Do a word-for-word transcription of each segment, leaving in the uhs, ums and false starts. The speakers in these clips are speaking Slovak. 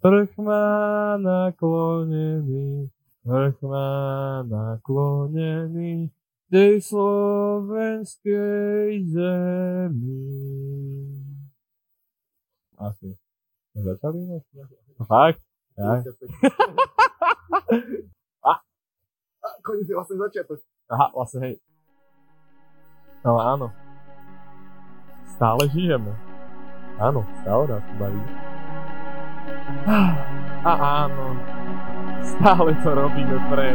Vrch má naklonený, vrch má naklonený, tej slovenskej zemi. Asi. Začali sme? Fakt? Ja. A, a koniec je vlastne začiatok. Aha, vlastne hej. Ale áno. Stále žijeme. Áno, stále nás to baví. A áno. Stále to robíme pre...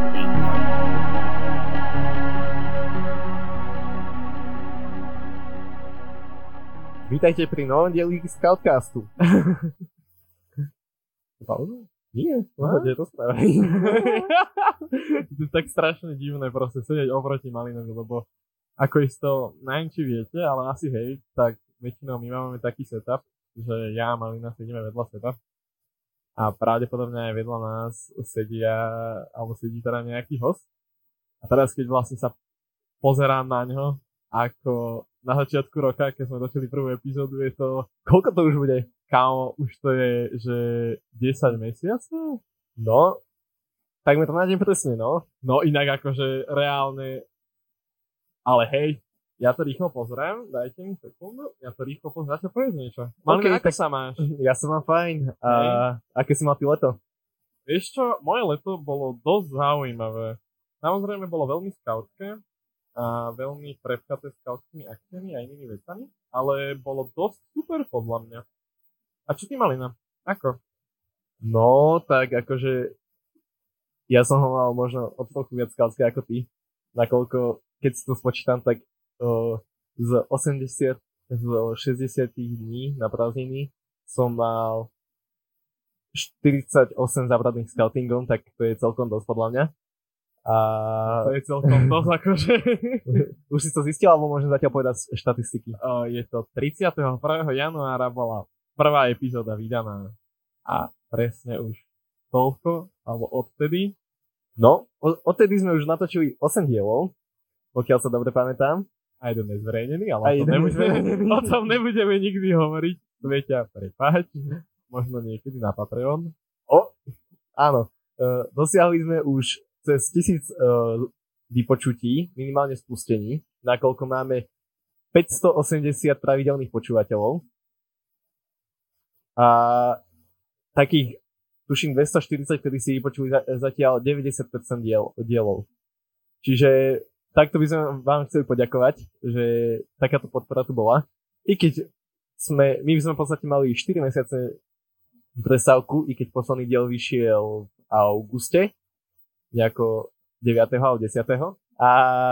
Vítajte pri novom dieli Scoutcastu. Pauzu? Nie, poďte rozprávať. To je tak strašne divné proste sedieť oproti Malinovi, lebo ako isto, neviem či viete, ale asi hej, tak väčšinou my máme taký setup, že ja a Malina sedíme vedľa seba a pravdepodobne aj vedľa nás sedia, alebo sedí teda nejaký host. A teraz keď vlastne sa pozerám na ňo, ako na začiatku roka, keď sme točili prvú epizódu, je to, koľko to už bude? Kámo, už to je, že desať mesiacov? No, tak mi to nájdem presne, no. No inak akože reálne, ale hej, ja to rýchlo pozriem, dajte mi sekundu, ja to rýchlo pozriem, ja povedz niečo. Malina, okay, ako tak sa máš? Ja som mám fajn. A aké si mal ty leto? Vieš čo, moje leto bolo dosť zaujímavé. Samozrejme bolo veľmi skautské a veľmi prepchaté skautskými akciami a inými vecami, ale bolo dosť super podľa mňa. A čo ty, Malina? Ako? No, tak akože ja som ho mal možno o trochu viac skautské ako ty. Nakoľko, keď si to spočítam, tak o, z osemdesiat, z šesťdesiat dní na prázdniny som mal štyridsaťosem zabratných scoutingov, tak to je celkom dosť podľa mňa. A... To je celkom dosť, akože. Už si to zistil, alebo môžem zatiaľ povedať štatistiky? O, je to tridsiateho prvého januára bola prvá epizóda vydaná. A presne už toľko, alebo odtedy. No, odtedy sme už natočili osem dielov, pokiaľ sa dobre pamätám. A jeden je zverejnený, ale o tom, nebudeme, o tom nebudeme nikdy hovoriť. Sveťa, prepáč. Možno niekedy na Patreon. O, áno. E, dosiahli sme už cez tisíc e, vypočutí, minimálne spustení, nakoľko máme päťstoosemdesiat pravidelných počúvateľov. A takých, tuším, dvestoštyridsať, ktorí si vypočuli zatiaľ deväťdesiat percent diel, dielov. Čiže takto by sme vám chceli poďakovať, že takáto podpora tu bola. I keď sme, my by sme v podstate mali štyri mesiace prestávku, i keď posledný diel vyšiel v auguste, nejako deviateho alebo desiateho A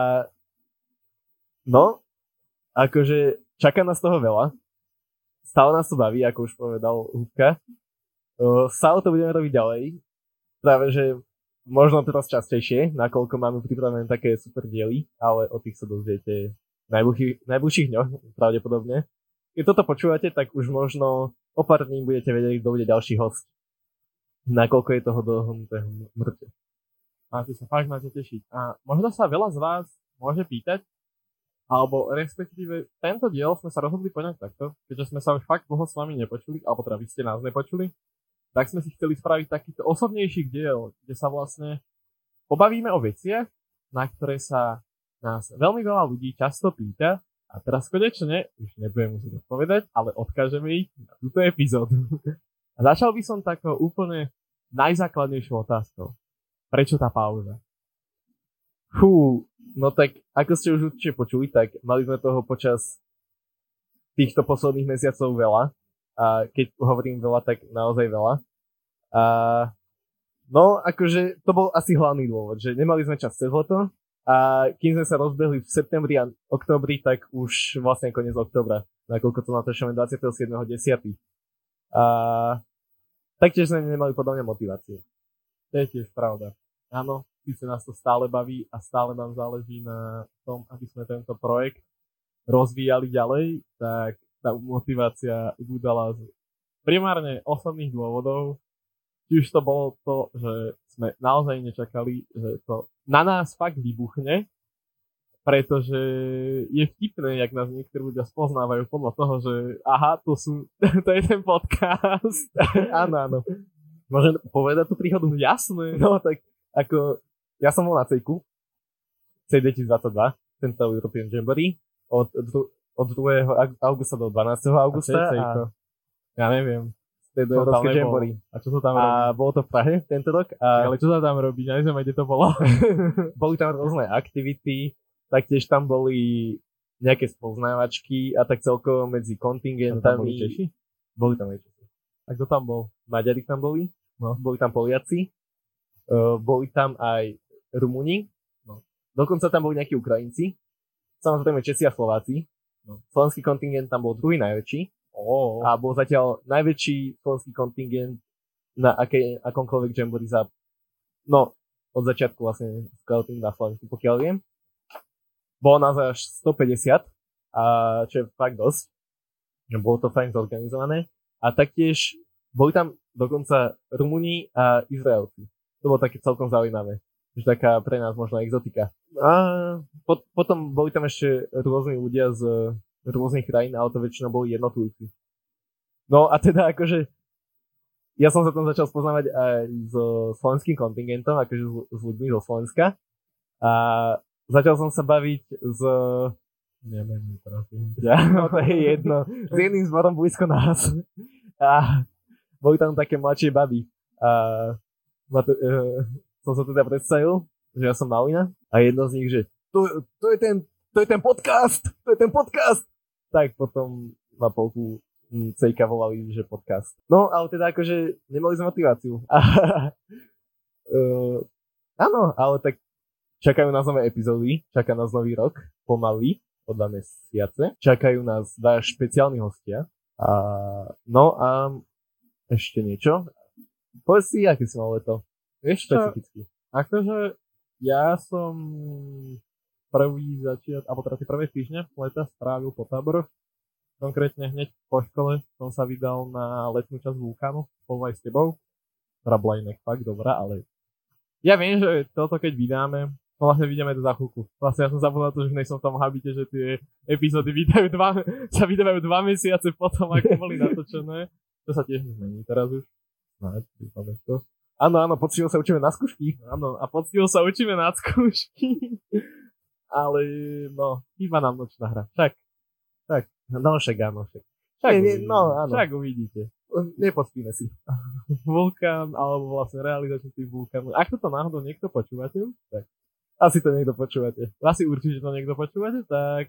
no, akože čaká nás toho veľa. Stále nás to baví, ako už povedal Húbka. Stále to budeme robiť ďalej. Práve, že možno teraz častejšie, nakoľko máme pripravené také super diely, ale o tých sa dozviete v najbližších, najbližších dňoch, pravdepodobne. Keď toto počúvate, tak už možno o pár dní budete vedieť, kto bude ďalší host. Nakoľko je toho dohodnutého mŕte. Máte sa fakt máte tešiť. A možno sa veľa z vás môže pýtať, alebo respektíve tento diel sme sa rozhodli poňať takto, keďže sme sa už fakt dlho s vami nepočuli, alebo teda vy ste nás nepočuli, tak sme si chceli spraviť takýto osobnejší diel, kde sa vlastne pobavíme o veciach, na ktoré sa nás veľmi veľa ľudí často pýta a teraz konečne, už nebudem musieť odpovedať, ale odkážeme ich na túto epizódu. A začal by som takou úplne najzákladnejšou otázkou. Prečo tá pauza? Fú, no tak ako ste už určite počuli, tak mali sme toho počas týchto posledných mesiacov veľa. A keď hovorím veľa, tak naozaj veľa. A no, akože to bol asi hlavný dôvod, že nemali sme čas cez leto a kým sme sa rozbehli v septembri a októbri, tak už vlastne koniec októbra, nakoľko to natáčame dvadsiateho siedmeho desiateho A taktiež sme nemali podľa mňa motiváciu. To je tiež pravda. Áno, síce nás to stále baví a stále nám záleží na tom, aby sme tento projekt rozvíjali ďalej, tak tá motivácia udala z primárne osobných dôvodov. Či už to bolo to, že sme naozaj nečakali, že to na nás fakt vybuchne pretože je vtipné, jak nás niektorí ľudia spoznávajú podľa toho, že aha, to sú, to je ten podcast. Áno, áno. Môžem povedať tú príhodu? Jasné. No tak, ako, ja som bol na cejku, C dvetisícdvadsaťdva, Central European Jamboree, od, od druhého augusta do dvanásteho augusta. A, a ja neviem. Európske Jamboree. A čo sa tam robí? A bolo to v Prahe tento rok. A ale čo sa tam robí? Ja neviem, kde to bolo. Boli tam rôzne aktivity, taktiež tam boli nejaké spoznávačky a tak celkovo medzi kontingentami. Tam boli Češi? Boli tam aj Češi. A kto tam bol? Maďari tam boli, no. Boli tam Poliaci, uh, boli tam aj Rumúni, no. Dokonca tam boli nejakí Ukrajinci, samozrejme Česi a Slováci. No. Slovenský kontingent tam bol druhý najväčší. Oh. A bol zatiaľ najväčší slovenský kontingent na akej, akomkoľvek jamboree za, no, od začiatku vlastne scouting na Slovensku, pokiaľ viem. Bolo nás až stopäťdesiat, a čo je fakt dosť. Bolo to fajn zorganizované. A taktiež boli tam dokonca Rumúni a Izraelci. To bolo také celkom zaujímavé. Že taká pre nás možno exotika. A pot, potom boli tam ešte rôzni ľudia z rôznych krajín, ale to väčšinou boli jednotlivci. No a teda akože ja som sa tam začal spoznávať aj so slovenským kontingentom, akože s, s ľuďmi zo Slovenska. A začal som sa baviť s... Neviem, prosím. Ja, no to je jedno. S jedným zborom blízko nás. A boli tam také mladšie baby. A to, uh, som sa teda predstavil, že ja som Malina. A jedno z nich, že to, to je ten to je ten podcast, to je ten podcast. Tak potom na polku cejka volali, že podcast. No, ale teda akože nemali sme motiváciu. uh, áno, ale tak čakajú nás nové epizódy, čaká nás nový rok, pomaly, o dva mesiace. Čakajú nás dva špeciálni hostia. A, no a ešte niečo. Povedz si, aké si mal leto. Vieš, špecificky. Akože ja som prvý začiat, alebo teda tie prvé týždne leta strávil po táboroch. Konkrétne hneď po škole som sa vydal na letnú časť vulkánu, spolu aj s tebou. Teda bola inak fakt dobrá, ale ja viem, že toto keď vydáme, no vlastne vydáme to za chvíľku. Vlastne ja som zabudol na to, že som v tom habite, že tie epizódy vydajú dva, sa vydávajú dva mesiace potom, ako boli natočené. To sa tiež zmení teraz už. Snáď, vypadne to. Áno, áno, poctivo sa učíme na skúšky. Áno, a poctivo sa učíme na skúšky. Ale, no, chýba nám nočná hra. Však, tak, no však áno, však. Však, nie, nie, uvidíte. no, áno. Však uvidíte. Nepospíme si. Vulkán, alebo vlastne realizačný tým vulkánu. Ak to náhodou niekto počúvate, tak asi to niekto počúvate. Asi určite to niekto počúvate, tak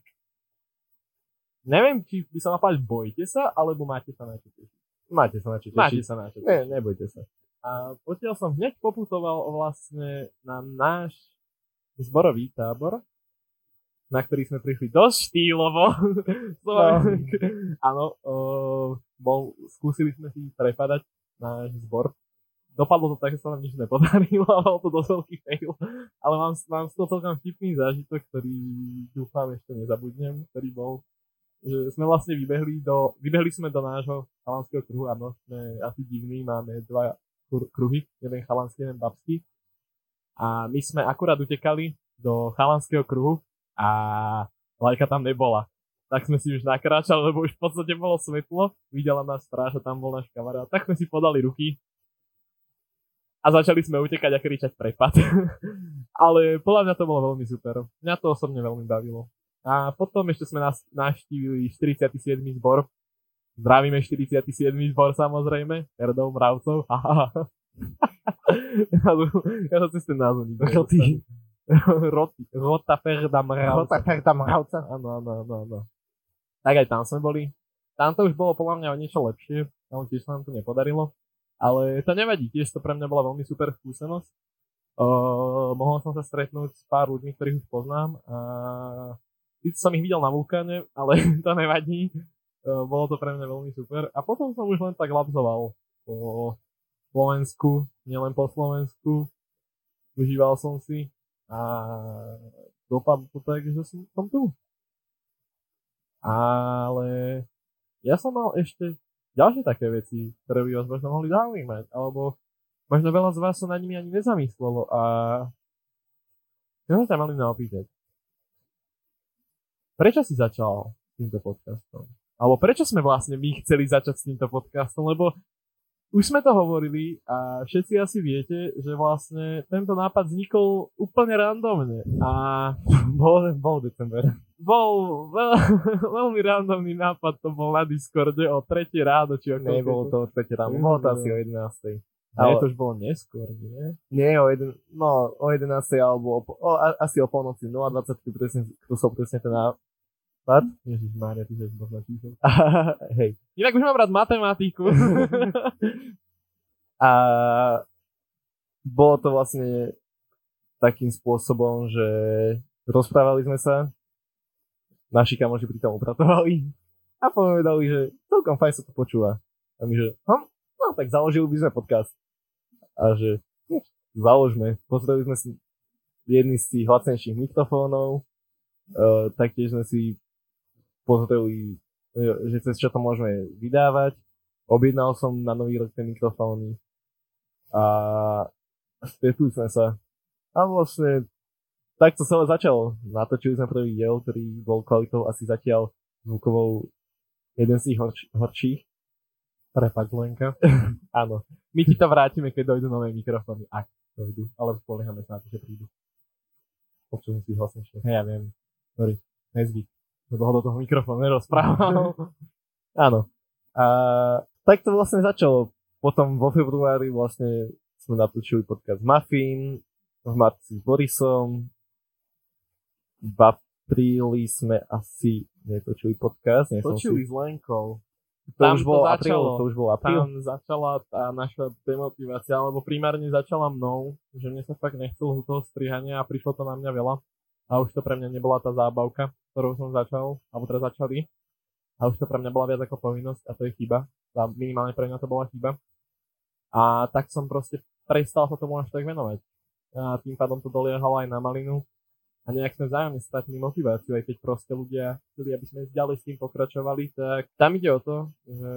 neviem, či by sa mal povedať bojte sa, alebo máte sa na čo tešiť. Máte sa na čo tešiť. Máte sa na čo tešiť. Ne, nebojte sa. A potiaľ som hneď poputoval vlastne na náš zborový tábor, na ktorý sme prišli dosť štýlovo. No. Áno, uh, bol, skúsili sme si prepadať náš zbor. Dopadlo to tak, že sa nám nič nepodarilo, ale to dosť veľký fail. Ale mám, mám z toho celkom vtipný zážitok, ktorý dúfam ešte nezabudnem, ktorý bol, že sme vlastne vybehli do, vybehli sme do nášho chalanského kruhu, áno, sme asi divní, máme dva kruhy, jeden chalanský, jeden babský. A my sme akurát utekali do chalanského kruhu a Lajka tam nebola. Tak sme si už nakráčali, lebo už v podstate bolo svetlo, videla nás stráž a tam bol náš kamarát. Tak sme si podali ruky a začali sme utekať a kričať prepad. Ale podľa mňa to bolo veľmi super. Mňa to osobne veľmi bavilo. A potom ešte sme nás navštívili štyridsiaty siedmy zbor. Zdravíme štyridsiaty siedmy zbor samozrejme, herdou mravcov. Ja sa cez ten názov Roty. Roty. Rota Ferda Mravca. Rota Ferda Mravca. Áno, áno, áno, áno. Tak aj tam sme boli. Tam to už bolo podľa mňa o niečo lepšie. Tam tiež sa nám to nepodarilo. Ale to nevadí, tiež to pre mňa bola veľmi super skúsenosť. Uh, mohol som sa stretnúť s pár ľuďmi, ktorých už poznám. A síce som ich videl na vulkáne, ale to nevadí. Uh, bolo to pre mňa veľmi super. A potom som už len tak labzoval po Slovensku, nielen po Slovensku. Užíval som si. A dopadlo to tak, že som, som tu. Ale ja som mal ešte ďalšie také veci, ktoré by vás možno mohli zaujímať, alebo možno veľa z vás sa nad nimi ani nezamyslelo a ja som sa mali naopýtať. prečo si začal s týmto podcastom? Alebo prečo sme vlastne my chceli začať s týmto podcastom? Lebo už sme to hovorili a všetci asi viete, že vlastne tento nápad vznikol úplne randomne. A bol, bol december. Bol veľ, veľmi randomný nápad, to bol na Discorde o tretej ráno, či ako... Nebolo to o tretej ráno, bolo to asi o jedenástej. Ale to už bolo neskôr, nie? Nie, o, jeden, no, o jedenástej alebo o, o, asi o polnoci, nula dvadsať, presne, to sú presne ten nápad. Ježišmária, ty sa možno čísel. Hej. Inak už mám rád matematiku. A bolo to vlastne takým spôsobom, že rozprávali sme sa, naši kamoši pri tom upratovali a povedali, že celkom fajn sa to počúva. A my, že hm, no tak založili by sme podcast. A že hm, založme. Pozreli sme si jedný z tých lacnejších mikrofónov, uh, taktiež sme si pozreli, že cez čo to môžeme vydávať. Objednal som na nový rok tie mikrofóny a stretli sme sa. A vlastne tak to celé začalo. Natočili sme prvý diel, ktorý bol kvalitou asi zatiaľ zvukovou jeden z tých horč- horších. Prepač, Lenka. Áno. My ti to vrátime, keď dojdu nové mikrofóny. Ak dojdu. Ale spoliehame sa na to, že prídu. Počujem si hlasnejšie. Hej, ja viem. Sorry. Nezvyk. Dlho do toho mikrofónu nerozprával. Áno. A tak to vlastne začalo. Potom vo februári vlastne sme natočili podcast Muffin, v marci s Borisom, v apríli sme asi netočili podcast. Točili si... s Lenkou. To tam už bolo apríl, to už bolo apríl. Tam začala tá naša demotivácia, alebo primárne začala mnou, že mne sa fakt nechcelo toho strihania a prišlo to na mňa veľa. A už to pre mňa nebola tá zábavka, ktorou som začal, alebo teda začali. A už to pre mňa bola viac ako povinnosť a to je chyba. A minimálne pre mňa to bola chyba. A tak som proste prestal sa tomu až tak venovať. A tým pádom to doliehalo aj na Malinu. A nejak sme vzájomne stratili motiváciu, aj keď proste ľudia chceli, aby sme ďalej s tým pokračovali, tak tam ide o to, že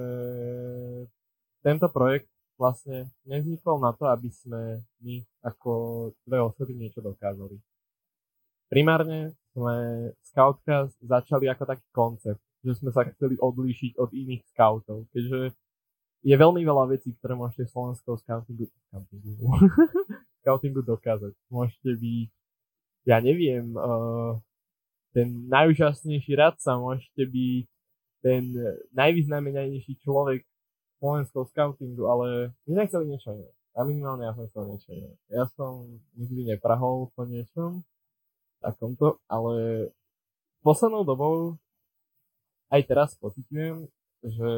tento projekt vlastne nevznikol na to, aby sme my ako dve osoby niečo dokázali. Primárne sme Scoutcast začali ako taký koncept, že sme sa chceli odlíšiť od iných scoutov, keďže je veľmi veľa vecí, ktoré môžete slovenskou scoutingu, scoutingu, scoutingu dokázať. Môžete byť, ja neviem, uh, ten najúžasnejší radca, môžete byť ten najvýznamennejší človek slovenskou scoutingu, ale my nechceli niečo iné. A minimálne ja som chcel niečo iné. Ja som nikdy neprahol po niečom takomto, ale poslednou dobou aj teraz pociťujem, že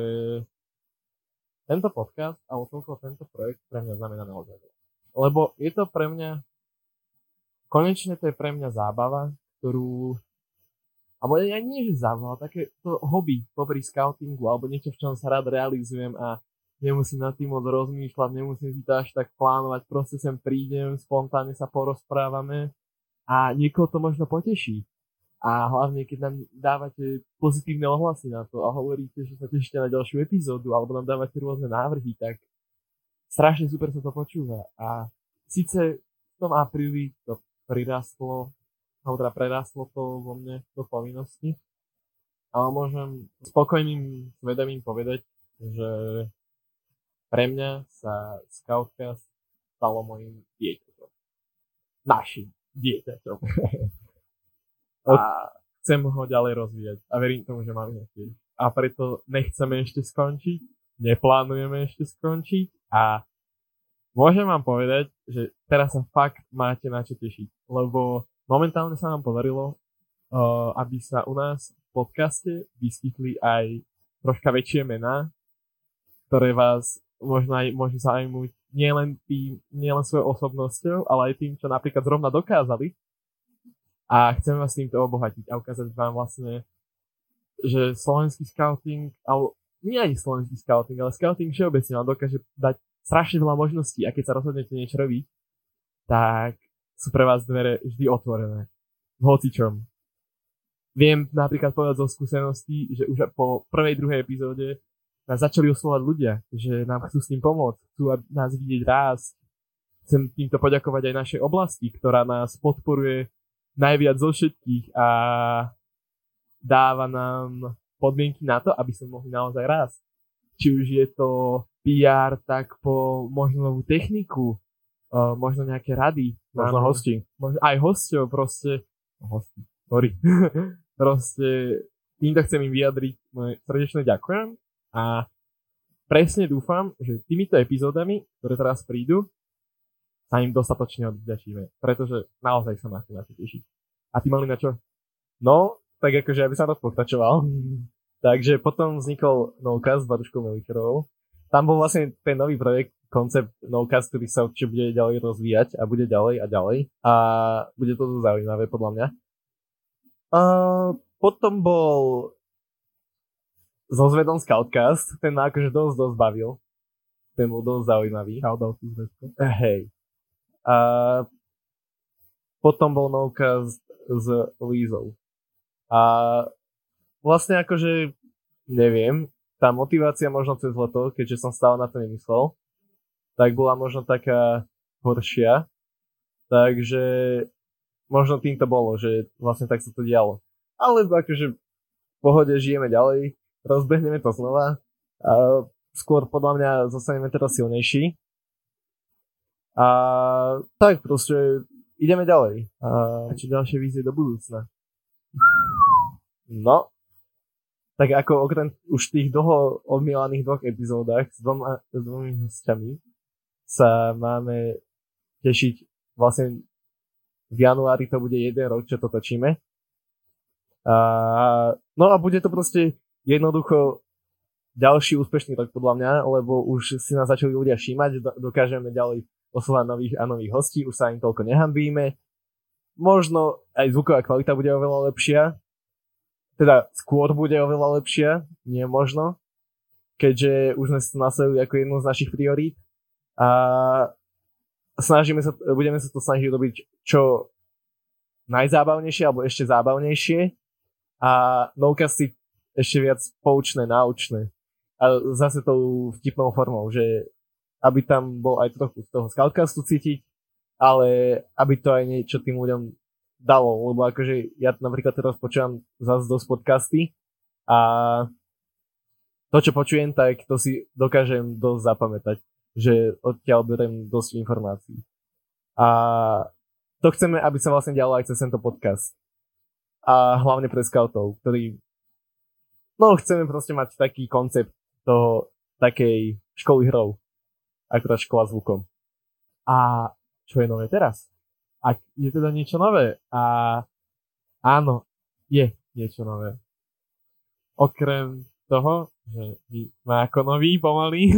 tento podcast alebo celkovo tento projekt pre mňa znamená naozaj. Lebo je to pre mňa, konečne to je pre mňa zábava, ktorú, alebo ja nie, že zábava, také to hobby popri scoutingu, alebo niečo, v čom sa rád realizujem a nemusím nad tým moc rozmýšľať, nemusím si to až tak plánovať, proste sem prídem, spontánne sa porozprávame a niekoho to možno poteší. A hlavne, keď nám dávate pozitívne ohlasy na to a hovoríte, že sa tešíte na ďalšiu epizódu, alebo nám dávate rôzne návrhy, tak strašne super sa to počúva. A síce v tom apríli to prirastlo, alebo teda prerastlo to vo mne do povinnosti, ale môžem spokojným svedomím povedať, že pre mňa sa Scoutcast stalo mojim dieťaťom. Našim dieťaťom. A chcem ho ďalej rozvíjať. A verím tomu, že máme tiež. A preto nechceme ešte skončiť. Neplánujeme ešte skončiť. A môžem vám povedať, že teraz sa fakt máte na čo tešiť. Lebo momentálne sa nám podarilo, uh, aby sa u nás v podcaste vyskytli aj troška väčšie mená, ktoré vás možno aj, môžu zaujímať nielen tým, nielen svojou osobnosťou, ale aj tým, čo napríklad zrovna dokázali. A chcem vás týmto obohatiť a ukázať vám vlastne, že slovenský scouting, alebo nie ani slovenský scouting, ale scouting všeobecne vám dokáže dať strašne veľa možností a keď sa rozhodnete niečo robiť, tak sú pre vás dvere vždy otvorené. V hocičom. Viem napríklad povedať zo skúseností, že už po prvej, druhej epizóde nás začali oslovať ľudia, že nám chcú s tým pomôcť, chcú nás vidieť raz. Chcem týmto poďakovať aj našej oblasti, ktorá nás podporuje najviac zo všetkých a dáva nám podmienky na to, aby sme mohli naozaj rásť. Či už je to pé er, tak po možno novú techniku, uh, možno nejaké rady. Možno hosti. Možno aj hostov, proste. Hosti, sorry. Proste týmto chcem im vyjadriť moje srdečné ďakujem a presne dúfam, že týmito epizódami, ktoré teraz prídu, sa im dostatočne odvďačíme, pretože naozaj sa máte na to tešiť. A ty mali na čo? No, tak akože, aby som to pokračoval. Takže potom vznikol Nocast s Baruškou Melicherovou. Tam bol vlastne ten nový projekt, koncept Nocast, ktorý sa určite bude ďalej rozvíjať a bude ďalej a ďalej. A bude to zaujímavé podľa mňa. A potom bol so Zvedom Scoutcast, ten ma akože dosť, dosť bavil. Ten bol dosť zaujímavý. Shoutout to Zvedko. Hej. A potom bol Nocast s Lízou. A vlastne akože, neviem, tá motivácia možno cez leto, keďže som stále na to nemyslel, tak bola možno taká horšia. Takže možno tým to bolo, že vlastne tak sa to dialo. Ale akože v pohode žijeme ďalej, rozbehneme to znova a skôr podľa mňa zostaneme teraz silnejší. A tak proste ideme ďalej. A, a čo ďalšie vízie do budúcna? No, tak ako okrem už tých dlho odmielaných dvoch epizódach s dvoma, s dvomi hostiami sa máme tešiť vlastne v januári to bude jeden rok, čo to točíme. A, no a bude to proste jednoducho ďalší úspešný rok podľa mňa, lebo už si nás začali ľudia všímať, dokážeme ďalej oslovať nových a nových hostí, už sa im toľko nehambíme. Možno aj zvuková kvalita bude oveľa lepšia. Teda skôr bude oveľa lepšia, nie možno, keďže už sme si to nastavili ako jednu z našich priorít. A snažíme sa, budeme sa to snažiť robiť čo najzábavnejšie alebo ešte zábavnejšie a Nocasty ešte viac poučné, náučné. A zase tou vtipnou formou, že aby tam bol aj trochu z toho Scoutcastu cítiť, ale aby to aj niečo tým ľuďom dalo, lebo akože ja napríklad teraz počúvam zase dosť podcasty a to, čo počujem, tak to si dokážem dosť zapamätať, že odtiaľ beriem dosť informácií. A to chceme, aby sa vlastne dialo aj cez tento podcast. A hlavne pre scoutov, ktorí no chceme proste mať taký koncept toho takej školy hrou, akurát škola zvukom. A čo je nové teraz? Ak je teda niečo nové a áno, je niečo nové. Okrem toho, že my sme ako noví pomaly,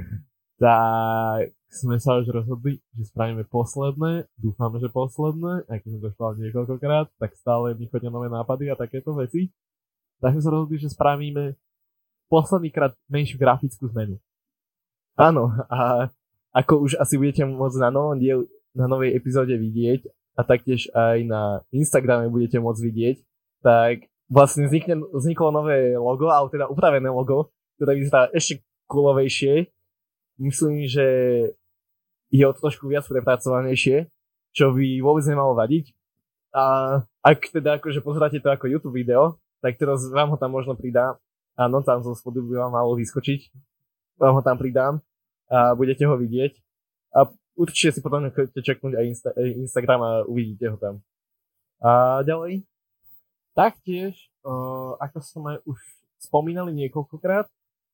tak sme sa už rozhodli, že spravíme posledné, dúfam, že posledné, aj keď sme to špali niekoľkokrát, tak stále mi chodia nové nápady a takéto veci. Tak sme sa rozhodli, že spravíme poslednýkrát menšiu grafickú zmenu. Áno, a ako už asi budete môcť na novom diel, na novej epizóde vidieť a taktiež aj na Instagrame budete môcť vidieť, tak vlastne vznikne, vzniklo nové logo, ale teda upravené logo, ktoré vyzerá ešte coolovejšie. Myslím, že je o trošku viac prepracovanejšie, čo by vôbec nemalo vadiť. A ak teda akože pozeráte to ako YouTube video, tak teraz vám ho tam možno pridám. Áno, tam zo spodu by vám malo vyskočiť. Vám ho tam pridám a budete ho vidieť. A určite si potom chcete čeknúť aj Insta- Instagram a uvidíte ho tam. A ďalej? Taktiež, uh, ako sme už spomínali niekoľkokrát,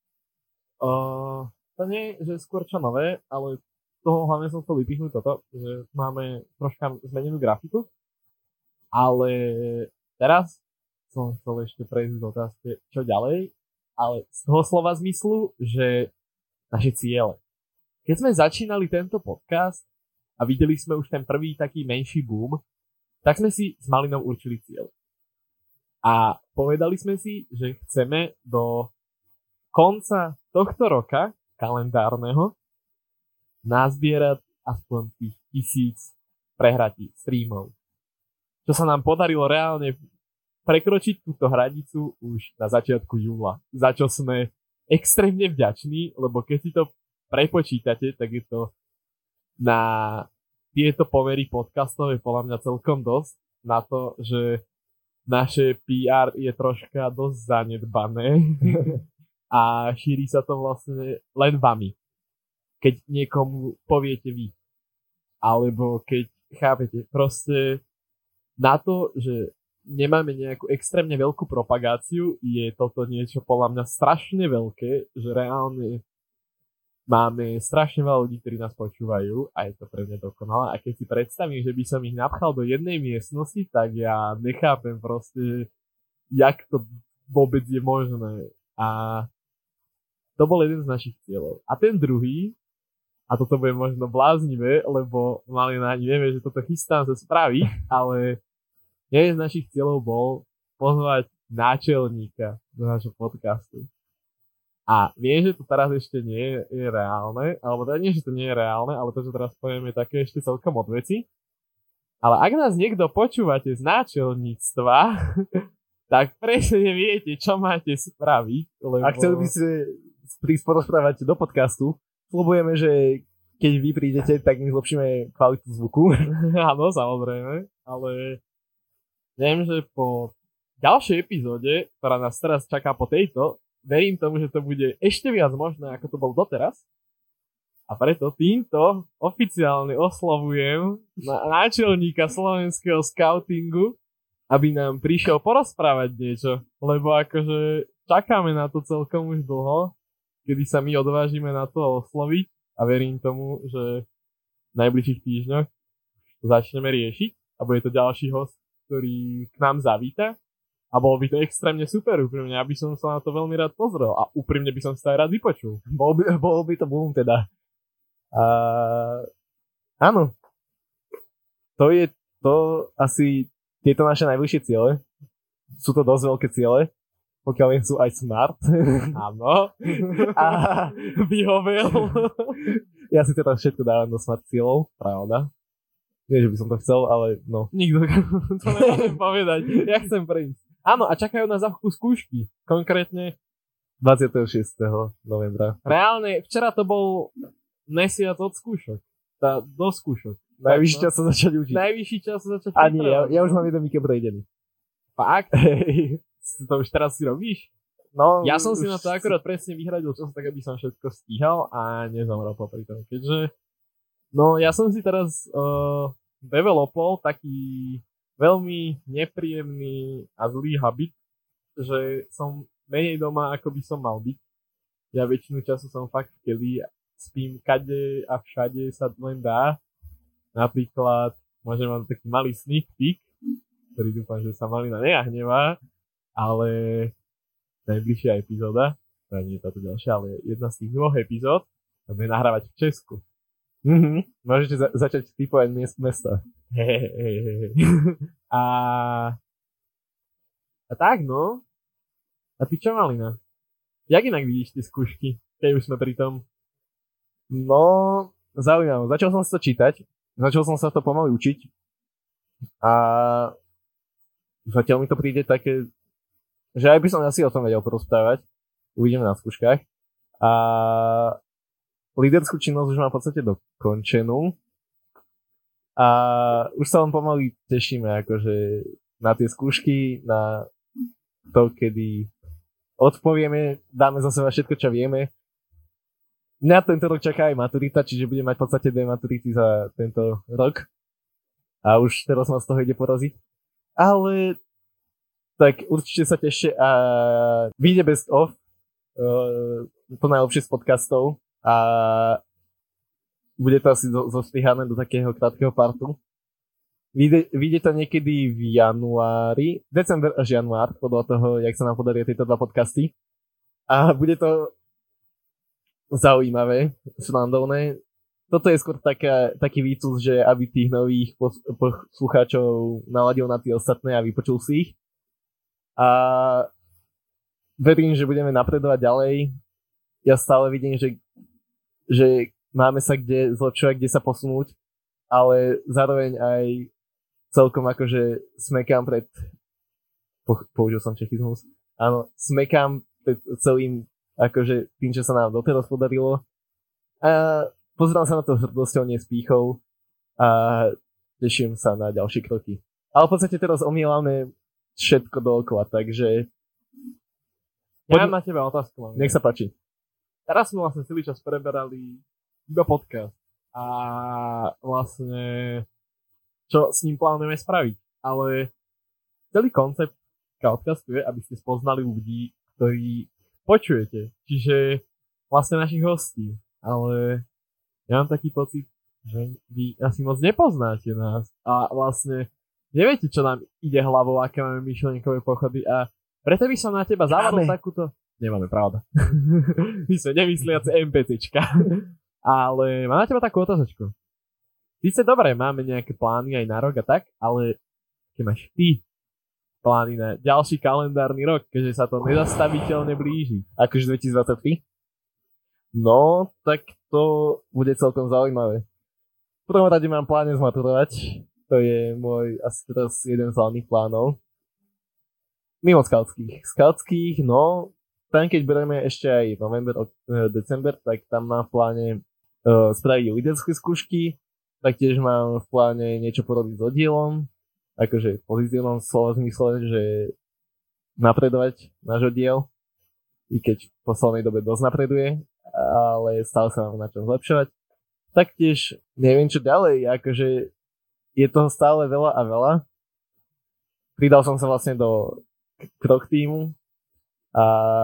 uh, to nie je, že skôr čo nové, ale toho hlavne som chcel vypichnúť toto, že máme troška zmenenú grafiku, ale teraz som chcel ešte prejsť do otázky, čo ďalej, ale z toho slova zmyslu, že naše ciele. Keď sme začínali tento podcast a videli sme už ten prvý taký menší boom, tak sme si s Malinou určili cieľ. A povedali sme si, že chceme do konca tohto roka kalendárneho nazbierať aspoň tých tisíc prehratí streamov. Čo sa nám podarilo reálne prekročiť túto hranicu už na začiatku júla. Za čo sme extrémne vďační, lebo keď si to prepočítate, tak je to na tieto pomery podcastové podľa mňa celkom dosť na to, že naše pé er je troška dosť zanedbané a šíri sa to vlastne len vami. Keď niekomu poviete vy. Alebo keď, chápete, proste na to, že nemáme nejakú extrémne veľkú propagáciu, je toto niečo podľa mňa strašne veľké, že reálne máme strašne veľa ľudí, ktorí nás počúvajú a je to pre mňa dokonalé. A keď si predstavím, že by som ich napchal do jednej miestnosti, tak ja nechápem proste, jak to vôbec je možné. A to bol jeden z našich cieľov. A ten druhý, a toto bude možno bláznivé, lebo Malina ani vieme, že toto chystám sa spraviť, ale jeden z našich cieľov bol pozvať náčelníka do nášho podcastu. A viem, že to teraz ešte nie je, je reálne, alebo teda nie, že to nie je reálne, ale to, že teraz poviem, je také ešte celkom od veci. Ale ak nás niekto počúvate z náčelníctva, tak presne viete, čo máte spraviť. Lebo... A chceli by ste prísť porozprávať do podcastu, slubujeme, že keď vy prídete, tak my zlepšíme kvalitu zvuku. Áno, samozrejme, ale viem, že po ďalšej epizóde, ktorá nás teraz čaká po tejto, verím tomu, že to bude ešte viac možné, ako to bol doteraz. A preto týmto oficiálne oslovujem na náčelníka slovenského skautingu, aby nám prišiel porozprávať niečo. Lebo akože čakáme na to celkom už dlho, kedy sa my odvážime na to osloviť a verím tomu, že v najbližších týždňoch to začneme riešiť a bude to ďalší host, ktorý k nám zavíta. A bolo by to extrémne super, úprimne, aby som sa na to veľmi rád pozrel a úprimne by som sa aj rád vypočul. Bol by, bol by to boom teda. A... Áno. To je to asi tieto naše najbližšie ciele. Sú to dosť veľké ciele, pokiaľ viem, sú aj smart. Áno. A vyhovel. Ja si teraz všetko dávam do smart cieľov, pravda. Nie, že by som to chcel, ale no. Nikto to nemôžem povedať. Ja chcem prejsť. Áno, a čakajú na zavku skúšky. Konkrétne dvadsiateho šiesteho novembra. Reálne, včera to bol mesiac od skúšok. Tá, do skúšok. Najvyšší čas sa začať učiť. Najvyšší čas sa začať učiť. A nie, ja, ja už mám jeden víkend prejdený. Fakt? Hej. To už teraz si robíš? No, ja som si na to akurát presne vyhradil čas, tak aby som všetko stíhal a nezomrel popri tom. Keďže, no ja som si teraz uh, developol taký veľmi nepríjemný a zlý habit, že som menej doma, ako by som mal byť. Ja väčšinu času som fakt v keli, spím kade a všade sa len dá. Napríklad môžem mať taký malý sneak peek, ktorý dúfam, že sa Malina nenahnevá, ale najbližšia epizóda, to nie je táto ďalšia, ale jedna z tých dvoch epizód, sa bude nahrávať v Česku. Mhm. Môžete za- začať typovať miest mesta. Hej, hej, hej. A... A tak, no. A ty čo, Malina? Jak inak vidíš tie skúšky, keď už sme pri tom? No, zaujímavé. Začal som sa to čítať. Začal som sa to pomaly učiť. A zatiaľ mi to príde také, že aj by som asi o tom vedel porozprávať. Uvidíme na skúškach. A líderskú činnosť už mám v podstate dokončenú. A už sa len pomaly tešíme akože na tie skúšky, na to, kedy odpovieme, dáme za seba všetko, čo vieme. Mňa tento rok čaká aj maturita, čiže budem mať v podstate dve maturity za tento rok. A už teraz ma z toho ide poraziť. Ale tak určite sa tešte a vyjde best of, uh, to najlepšie z podcastov a bude to asi zostrihané do takého krátkeho partu. Vyjde, vyjde to niekedy v januári, december až január, podľa toho, jak sa nám podaria tieto dva podcasty. A bude to zaujímavé, srandovné. Toto je skôr taká, taký výcud, že aby tých nových poslucháčov naladil na tie ostatné a vypočul si ich. A verím, že budeme napredovať ďalej. Ja stále vidím, že, že máme sa kde zlepšovať, kde sa posunúť, ale zároveň aj celkom akože smekám pred... Po, použil som čechizmus. Áno, smekám pred celým akože tým, čo sa nám doteraz podarilo. A pozerám sa na to hrdosťou, nie s pýchou a teším sa na ďalšie kroky. Ale v podstate teraz omielame všetko dookola, takže... Ja mám na teba otázku. Mám. Nech sa páči. Teraz sme vlastne celý čas preberali iba podcast a vlastne čo s ním plánujeme spraviť, ale celý koncept podcastu je, aby ste spoznali ľudí, ktorí počujete, čiže vlastne našich hostí, ale ja mám taký pocit, že vy asi moc nepoznáte nás a vlastne neviete, čo nám ide hlavou, aké máme myšlienkové pochody a preto by som na teba zavolal takúto... Nemáme, pravda. My sme nemysliace NPCčka. Ale mám na teba takú otázočku. Síce dobre, máme nejaké plány aj na rok a tak, ale keď máš ty plány na ďalší kalendárny rok, keďže sa to nezastaviteľne blíži. Akože dvetisícdvadsaťtri? No, tak to bude celkom zaujímavé. V prvom rade mám pláne zmaturovať. To je môj asi teraz jeden z hlavných plánov. Mimo skautských. Skautských, no, tam keď budeme ešte aj november, december, tak tam mám v pláne uh, spraviť líderské skúšky. Taktiež mám v pláne niečo porobiť s oddielom. Akože v pozitívnom slova zmysle, že napredovať náš oddiel. I keď v poslednej dobe dosť napreduje, ale stále sa mám na čom zlepšovať. Taktiež neviem čo ďalej, akože je toho stále veľa a veľa. Pridal som sa vlastne do krok týmu a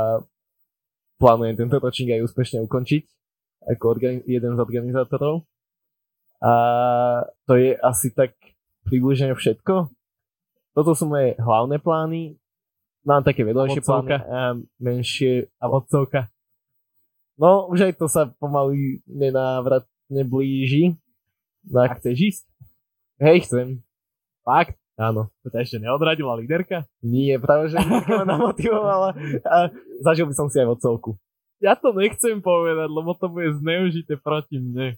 plánujem tento ročník aj úspešne ukončiť ako organi- jeden z organizátorov. A to je asi tak približne všetko. Toto sú moje hlavné plány. Mám také vedľajšie plány a menšie a vodcovka. No, už aj to sa pomaly nenávratne blíži. No, a chceš ísť? Hej, chcem. Fakt? Áno. To ťa ešte neodradila líderka? Nie, práve že líderka ma namotivovala a zažil by som si aj vodcovku. Ja to nechcem povedať, lebo to bude zneužité proti mne.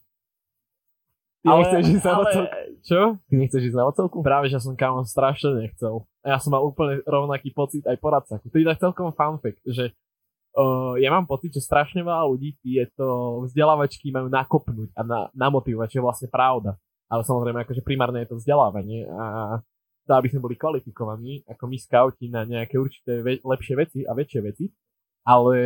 Ty ale, nechceš ísť na vodcovku? Čo? Ty nechceš ísť na vodcovku? Práve, že som kámo strašne nechcel. A ja som mal úplne rovnaký pocit aj poradcaku. To je tak celkom fun fact, že uh, ja mám pocit, že strašne veľa ľudí tieto vzdelávačky majú nakopnúť a na, namotivovať, čo je vlastne pravda. Ale samozrejme, akože primárne je to vzdelávanie a to, aby sme boli kvalifikovaní ako my skauti na nejaké určité ve- lepšie veci a väčšie veci. Ale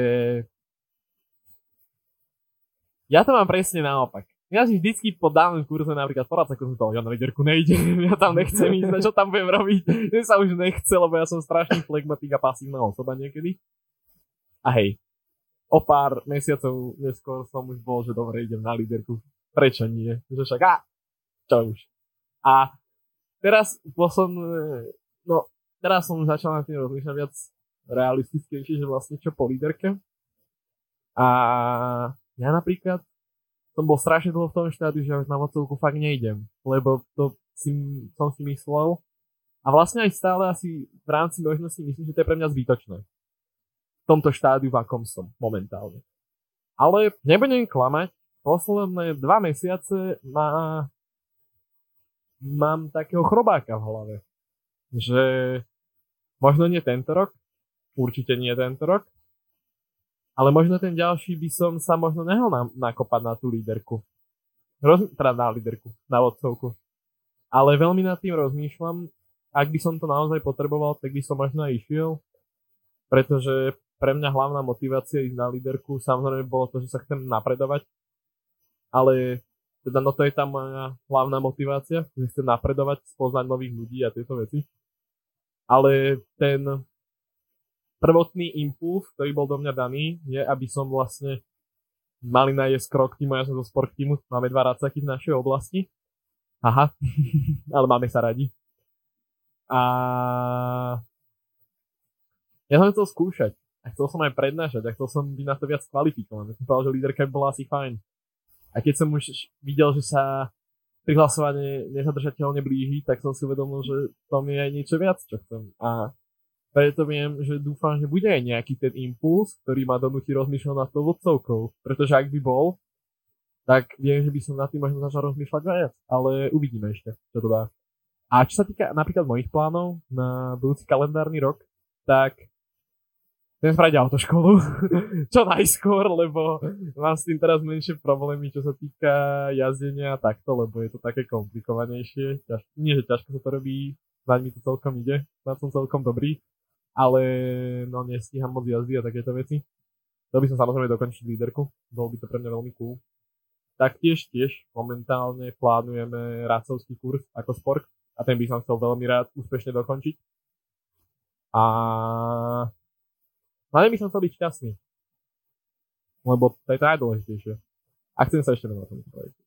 ja to mám presne naopak. Ja si vždycky po dávnom kurze napríklad poradca, ako som to, ja na líderku nejdem, ja tam nechcem ísť, čo tam budem robiť. Ja sa už nechce, lebo ja som strašný flegmatik a pasívna osoba niekedy. A hej, o pár mesiacov neskôr som už bol, že dobre, idem na líderku. Prečo nie? Že však, a čo už. A teraz posledné, no, teraz som začal na tým rozmýšľať viac realistickejšie, že vlastne čo po líderke. A ja napríklad som bol strašne dlho v tom štádiu, že na vodcovku fakt nejdem, lebo to si, som si myslel. A vlastne aj stále asi v rámci možností myslím, že to je pre mňa zbytočné. V tomto štádiu, v akom som momentálne. Ale nebudem klamať, posledné dva mesiace má, mám takého chrobáka v hlave. Že možno nie tento rok, určite nie tento rok, ale možno ten ďalší by som sa možno nehal na, nakopať na tú líderku. Roz, teda na líderku, na vodcovku. Ale veľmi nad tým rozmýšľam, ak by som to naozaj potreboval, tak by som možno aj išiel, pretože pre mňa hlavná motivácia ísť na líderku samozrejme bolo to, že sa chcem napredovať, ale teda no to je tá moja hlavná motivácia, že chcem napredovať, spoznať nových ľudí a tieto veci. Ale ten prvotný impuls, ktorý bol do mňa daný, je, aby som vlastne Malina je z krok týmu, ja som zo sport týmu, máme dva radsaky v našej oblasti. Aha, ale máme sa radi. A ja som chcel skúšať a chcel som aj prednášať a chcel som byť na to viac kvalifikovaný. Som povedal, že líderka by bola asi fajn. A keď som už videl, že sa prihlasovanie nezadržateľne blíži, tak som si uvedomil, že to mi je aj niečo viac, čo chcem. A preto viem, že dúfam, že bude aj nejaký ten impuls, ktorý ma donúti rozmýšľať nad tou vodcovkou. Pretože ak by bol, tak viem, že by som nad tým možno začal rozmýšľať viac. Ale uvidíme ešte, čo to dá. A čo sa týka napríklad mojich plánov na budúci kalendárny rok, tak chcem spraviť autoškolu. Čo najskôr, lebo mám s tým teraz menšie problémy, čo sa týka jazdenia a takto, lebo je to také komplikovanejšie. Ťaž, nie, že ťažko sa to robí Naň mi to celkom ide, na som celkom dobrý, ale no nestíham moc jazdy a takéto veci. Chcel by som samozrejme dokončiť líderku, bol by to pre mňa veľmi cool. Taktiež tiež momentálne plánujeme rádcovský kurz ako sport a ten by som chcel veľmi rád úspešne dokončiť. A hlavne by som chcel byť šťastný, lebo to je to najdôležitejšie. A chcem sa ešte venovať tomu projektu.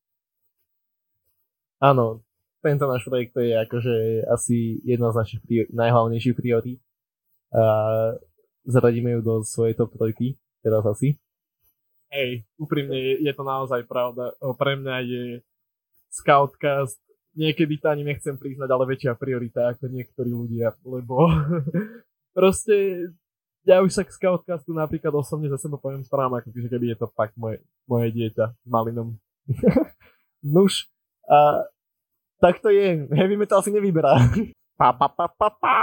Áno, tento náš projekt je akože asi jedna z našich prior- najhlavnejších priorít. A zaradíme ju do svojej top trojky, teraz asi. Hej, úprimne je, je to naozaj pravda. O, pre mňa je Scoutcast, niekedy to ani nechcem priznať, ale väčšia priorita ako niektorí ľudia, lebo proste ja už sa k Scoutcastu napríklad osobne za seba poviem správam, ako keby je to fakt moje, moje dieťa s malinom. Nuž, a tak to je, heavy metal si nevyberá. Pa, pa, pa, pa, pa.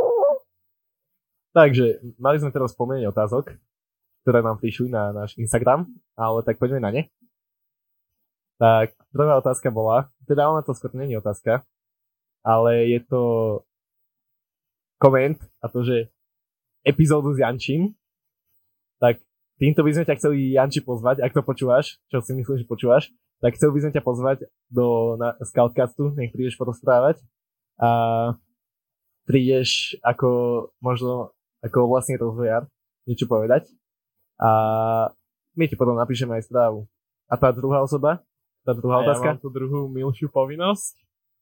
Takže, mali sme teraz spomenúť otázok, ktoré nám prišli na náš Instagram, ale tak poďme na ne. Tak, prvá otázka bola, teda ona to skôr nie je otázka, ale je to koment a to, že epizódu s Jančím, tak týmto by sme ťa chceli, Janči, pozvať, ak to počúvaš, čo si myslím, že počúvaš, tak chcel by sme ťa pozvať do na Scoutcastu, nech prídeš porozprávať a prídeš ako možno ako vlastne rozvojar niečo povedať a my ti potom napíšeme aj správu. A tá druhá osoba, tá druhá a otázka? Ja mám tú druhú milšiu povinnosť.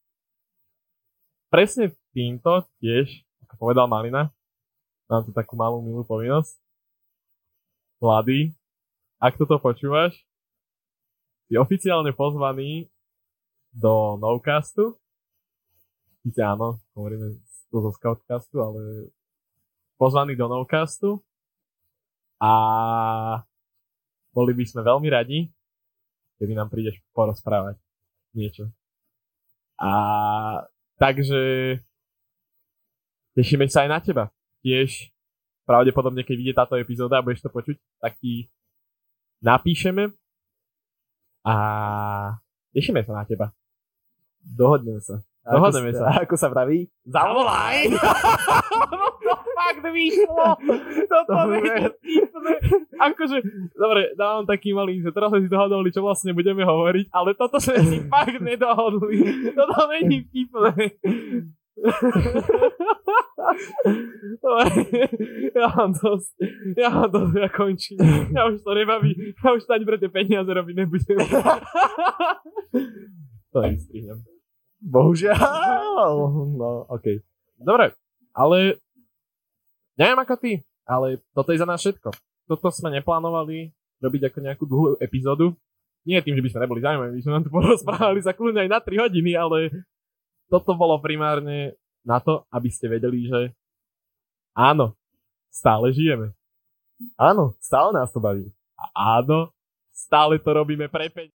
Presne týmto tiež, ako povedal Malina, mám tu takú malú milú povinnosť. Mladý, ak toto počúvaš, si oficiálne pozvaný do Nocastu. Sice áno, hovoríme to zo Scoutcastu, ale pozvaný do Nocastu a boli by sme veľmi radi, kedy nám prídeš porozprávať niečo. A takže tešíme sa aj na teba. Tiež pravdepodobne, keď vyjde táto epizóda a budeš to počuť, tak ti napíšeme a tešíme sa na teba. Dohodneme sa. Dohodneme sa. A ako sa vraví? Zavolaj! To fakt vyšlo! Toto je vtipné. Akože, dobre, dávam taký malý, že teraz sme si dohodli, čo vlastne budeme hovoriť, ale toto sme si fakt nedohodli. Toto není vtipné. Ja mám dosť, ja mám dosť, ja končím. Ja už to nebaví, ja už to ani pre tie peniaze robiť nebudem. To nevystrihnem. Bohužiaľ. No, okej. Okay. Dobre, ale neviem ako ty, ale toto je za nás všetko. Toto sme neplánovali robiť ako nejakú dlhú epizódu. Nie tým, že by sme neboli zaujímaví, by sme nám tu porozprávali za kľudne aj na tri hodiny, ale toto bolo primárne na to, aby ste vedeli, že áno, stále žijeme. Áno, stále nás to baví. A áno, stále to robíme pre peniaze.